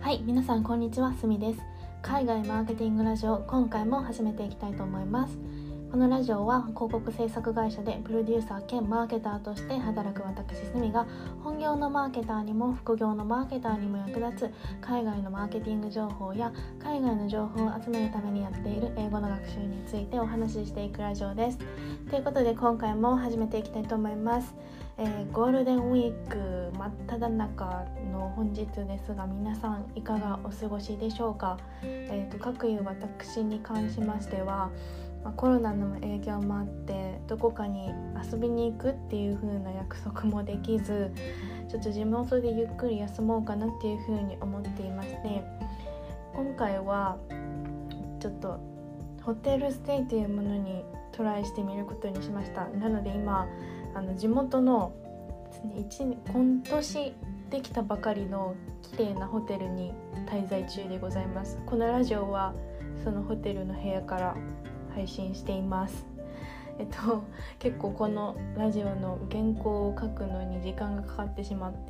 はい、皆さんこんにちは、すみです。海外マーケティングラジオ、今回も始めていきたいと思います。このラジオは広告制作会社でプロデューサー兼マーケターとして働く私すみが、本業のマーケターにも副業のマーケターにも役立つ海外のマーケティング情報や海外の情報を集めるためにやっている英語の学習についてお話ししていくラジオです。ということで今回も始めていきたいと思います。ゴールデンウィーク真っ只中の本日ですが、皆さんいかがお過ごしでしょうか。各いう私に関しましては、コロナの影響もあってどこかに遊びに行くっていう風な約束もできず、ちょっと地元でゆっくり休もうかなっていう風に思っていまして、今回はちょっとホテルステイというものにトライしてみることにしました。なので今地元の今年できたばかりの綺麗なホテルに滞在中でございます。このラジオはそのホテルの部屋から配信しています。結構このラジオの原稿を書くのに時間がかかってしまって、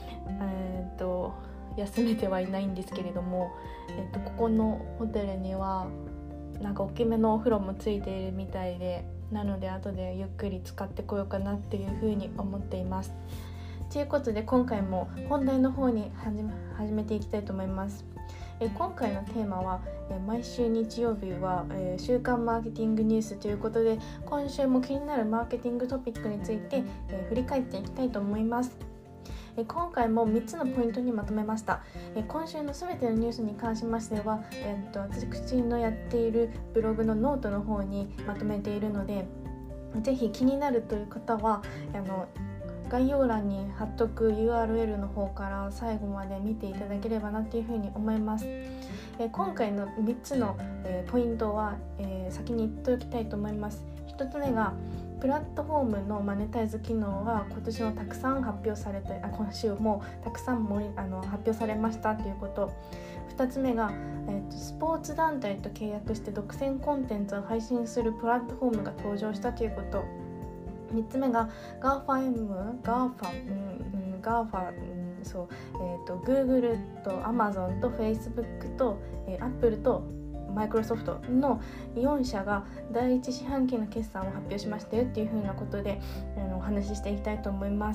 休めてはいないんですけれども、ここのホテルにはなんか大きめのお風呂もついているみたいで、なので後でゆっくり使ってこようかなっていうふうに思っています。ということで今回も本題の方に始めていきたいと思います。今回のテーマは毎週日曜日は週刊マーケティングニュースということで、今週も気になるマーケティングトピックについて振り返っていきたいと思います。今回も3つのポイントにまとめました。今週のすべてのニュースに関しましては、私のやっているブログのノートの方にまとめているので、ぜひ気になるという方は概要欄に貼っとく URL の方から最後まで見ていただければなというふうに思います。今回の3つのポイントは先に言っておきたいと思います。1つ目がプラットフォームのマネタイズ機能が今週もたくさん発表されて、今週もたくさん発表されましたということ。2つ目が、スポーツ団体と契約して独占コンテンツを配信するプラットフォームが登場したということ。3つ目が Google と Amazon と Facebook と、Apple とマイクロソフトの4社が第1四半期の決算を発表しましたよっていう風なことでお話ししていきたいと思います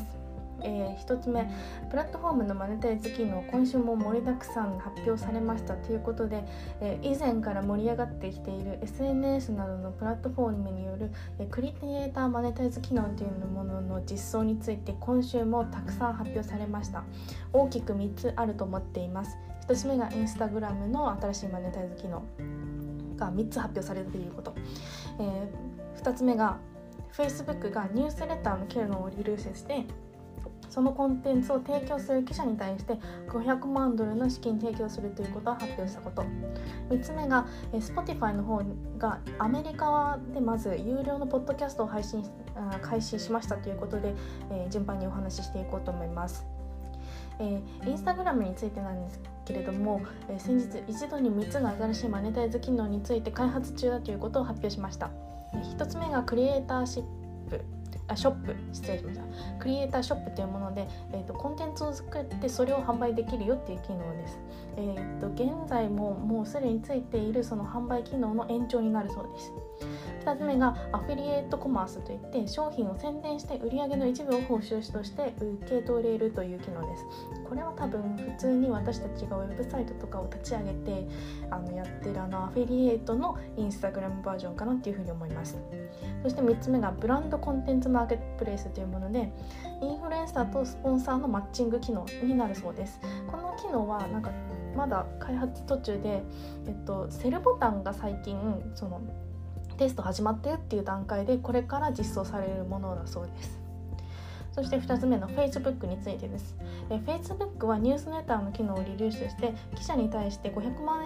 。1つ目、プラットフォームのマネタイズ機能、今週も盛りだくさん発表されましたということで、以前から盛り上がってきている SNS などのプラットフォームによるクリエイターマネタイズ機能というものの実装について今週もたくさん発表されました。大きく3つあると思っています。1つ目が Instagram の新しいマネタイズ機能が3つ発表されたということ。2つ目が Facebook がニュースレターの機能をリリースして、そのコンテンツを提供する記者に対して$500万の資金提供するということを発表したこと。3つ目が Spotify の方がアメリカでまず有料のポッドキャストを開始しましたということで、順番にお話ししていこうと思います。インスタグラムについてなんですけれども、先日一度に3つの新しいマネタイズ機能について開発中だということを発表しました。1つ目がクリエイターショップ、クリエイターショップというもので、コンテンツを作ってそれを販売できるよっていう機能です。現在もうすでについているその販売機能の延長になるそうです。2つ目がアフィリエイトコマースといって、商品を宣伝して売上の一部を報酬として受け取れるという機能です。これは多分普通に私たちがウェブサイトとかを立ち上げてやってるアフィリエイトのインスタグラムバージョンかなっていうふうに思います。そして3つ目がブランドコンテンツマーケットプレイスというもので、インフルエンサーとスポンサーのマッチング機能になるそうです。この機能はなんかまだ開発途中で、セルボタンが最近そのテスト始まってるっていう段階で、これから実装されるものだそうです。そして2つ目の Facebook についてです。Facebook はニュースレターの機能をリリースして記者に対して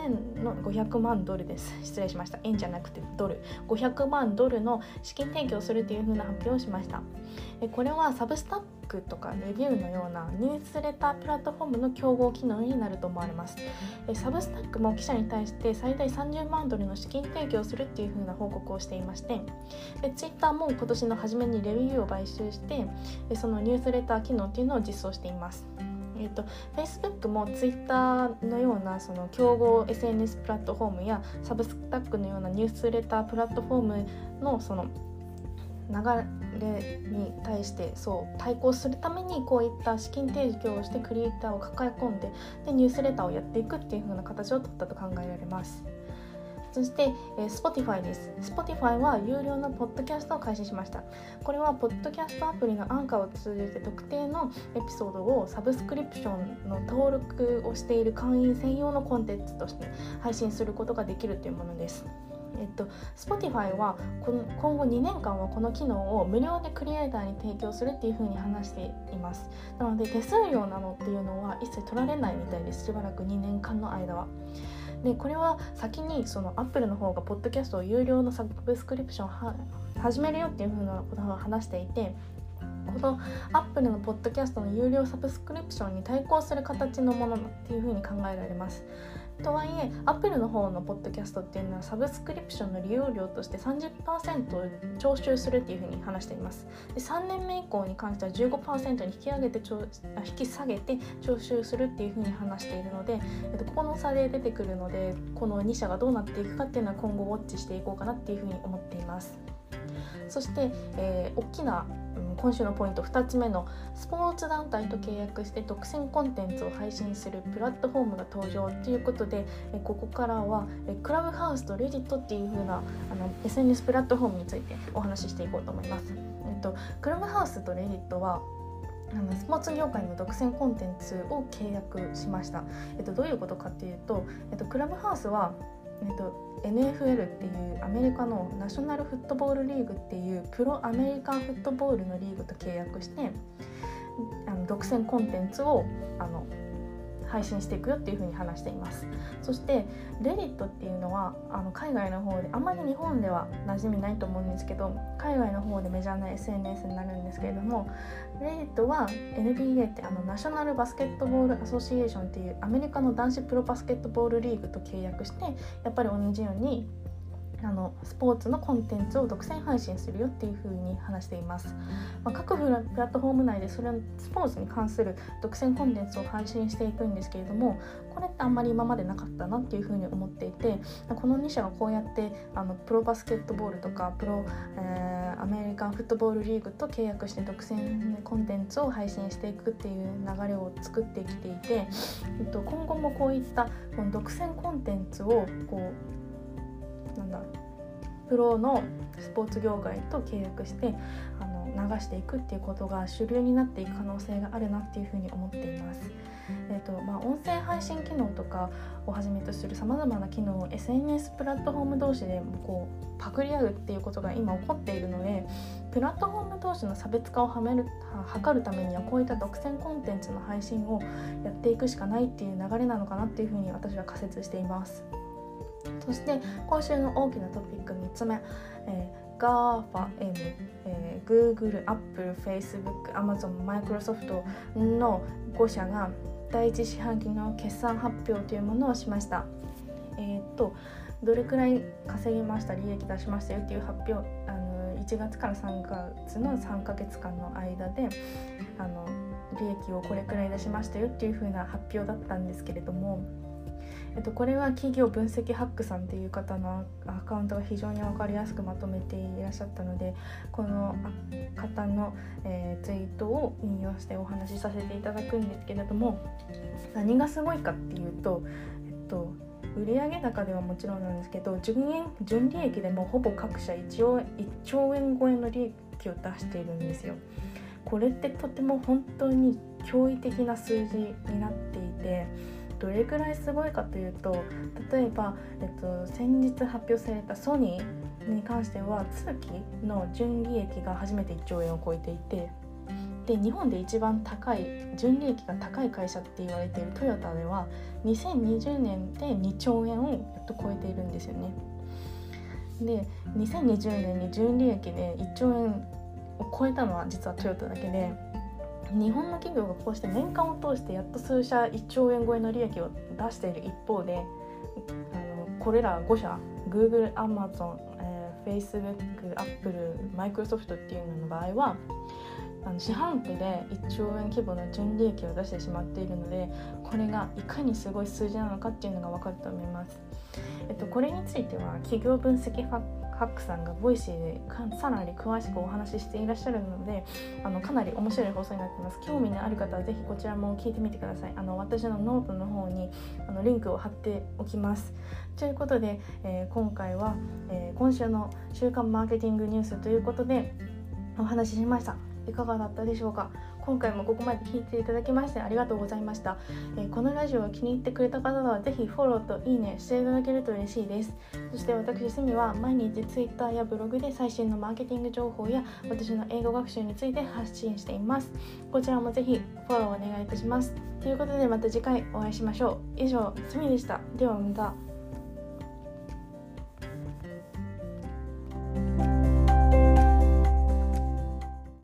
$500万です。失礼しました。円じゃなくてドル。$500万の資金提供するというふうな発表をしました。これはサブスタックとかレビューのようなニュースレタープラットフォームの競合機能になると思われます。サブスタックも記者に対して最大$30万の資金提供をするっていうふうな報告をしていまして、Twitter も今年の初めにレビューを買収してそのニュースレター機能っていうのを実装しています。 Facebook も Twitter のようなその競合 SNS プラットフォームやサブスタックのようなニュースレタープラットフォームのその流れに対して対抗するためにこういった資金提供をしてクリエイターを抱え込んでニュースレターをやっていくっていう風な形を取ったと考えられます。そして、Spotify です。Spotify は有料のポッドキャストを開始しました。これはポッドキャストアプリのアンカーを通じて特定のエピソードをサブスクリプションの登録をしている会員専用のコンテンツとして配信することができるというものです。Spotify は今後2年間はこの機能を無料でクリエイターに提供するっていう風に話しています。なので手数料などっていうのは一切取られないみたいです。しばらく2年間の間は。でこれは先にその Apple の方がポッドキャストを有料のサブスクリプションを始めるよっていう風なことを話していて、この Apple のポッドキャストの有料サブスクリプションに対抗する形のものっていう風に考えられます。とはいえ Apple の方のポッドキャストっていうのはサブスクリプションの利用料として 30% を徴収するっていうふうに話しています。で3年目以降に関しては 15% に引き下げて徴収するっていうふうに話しているので、ここの差で出てくるので、この2社がどうなっていくかっていうのは今後ウォッチしていこうかなっていうふうに思っています。そして、大きな今週のポイント2つ目のスポーツ団体と契約して独占コンテンツを配信するプラットフォームが登場ということで、ここからはクラブハウスとレディットっていう風なSNS プラットフォームについてお話ししていこうと思います。クラブハウスとレディットはスポーツ業界の独占コンテンツを契約しました。どういうことかっていうと、クラブハウスはNFL っていうアメリカのナショナルフットボールリーグっていうプロアメリカンフットボールのリーグと契約して独占コンテンツを配信していくよっていう風に話しています。そしてレディットっていうのは海外の方であまり日本では馴染みないと思うんですけど、海外の方でメジャーな SNS になるんですけれども、レディットは NBA ってナショナルバスケットボールアソシエーションっていうアメリカの男子プロバスケットボールリーグと契約して、やっぱり同じようにスポーツのコンテンツを独占配信するよっていう風に話しています。各プラットフォーム内でそれはスポーツに関する独占コンテンツを配信していくんですけれども、これってあんまり今までなかったなっていう風に思っていて、この2社がこうやってプロバスケットボールとかアメリカンフットボールリーグと契約して独占コンテンツを配信していくっていう流れを作ってきていて、今後もこういったこの独占コンテンツをプロのスポーツ業界と契約して流していくっていうことが主流になっていく可能性があるなっていうふうに思っています。音声配信機能とかをはじめとするさまざまな機能を SNS プラットフォーム同士でパクり合うっていうことが今起こっているので、プラットフォーム同士の差別化を図るためにはこういった独占コンテンツの配信をやっていくしかないっていう流れなのかなっていうふうに私は仮説しています。そして今週の大きなトピック3つ目、GAFAM、Google、Apple、Facebook、Amazon、Microsoft の5社が第一四半期の決算発表というものをしました。どれくらい稼ぎました、利益出しましたよっていう発表、1月から3月の3ヶ月間の間で利益をこれくらい出しましたよっていう風な発表だったんですけれども、これは企業分析ハックさんっていう方のアカウントが非常に分かりやすくまとめていらっしゃったので、この方の、ツイートを引用してお話しさせていただくんですけれども、何がすごいかっていうと、売上高ではもちろんなんですけど、純利益でもほぼ各社1兆円超えの利益を出しているんですよ。これってとても本当に驚異的な数字になっていて、どれくらいすごいかというと、例えば、先日発表されたソニーに関しては通期の純利益が初めて1兆円を超えていて、で日本で一番高い純利益が高い会社って言われているトヨタでは2020年で2兆円をやっと超えているんですよね。で2020年に純利益で1兆円を超えたのは実はトヨタだけで、日本の企業がこうして年間を通してやっと数社1兆円超えの利益を出している一方で、これら5社 Google、Amazon、Facebook、Apple、Microsoft っていうのの場合は四半期で1兆円規模の純利益を出してしまっているので、これがいかにすごい数字なのかっていうのが分かると思います。これについては企業分析ハックさんがボイシーでさらに詳しくお話ししていらっしゃるので、かなり面白い放送になっています。興味のある方はぜひこちらも聞いてみてください。私のノートの方にリンクを貼っておきます。ということで、今回は、今週の週刊マーケティングニュースということでお話ししました。いかがだったでしょうか。今回もここまで聞いていただきましてありがとうございました。このラジオを気に入ってくれた方はぜひフォローといいねしていただけると嬉しいです。そして私すみは毎日 Twitter やブログで最新のマーケティング情報や私の英語学習について発信しています。こちらもぜひフォローお願いいたします。ということでまた次回お会いしましょう。以上すみでした。ではまた。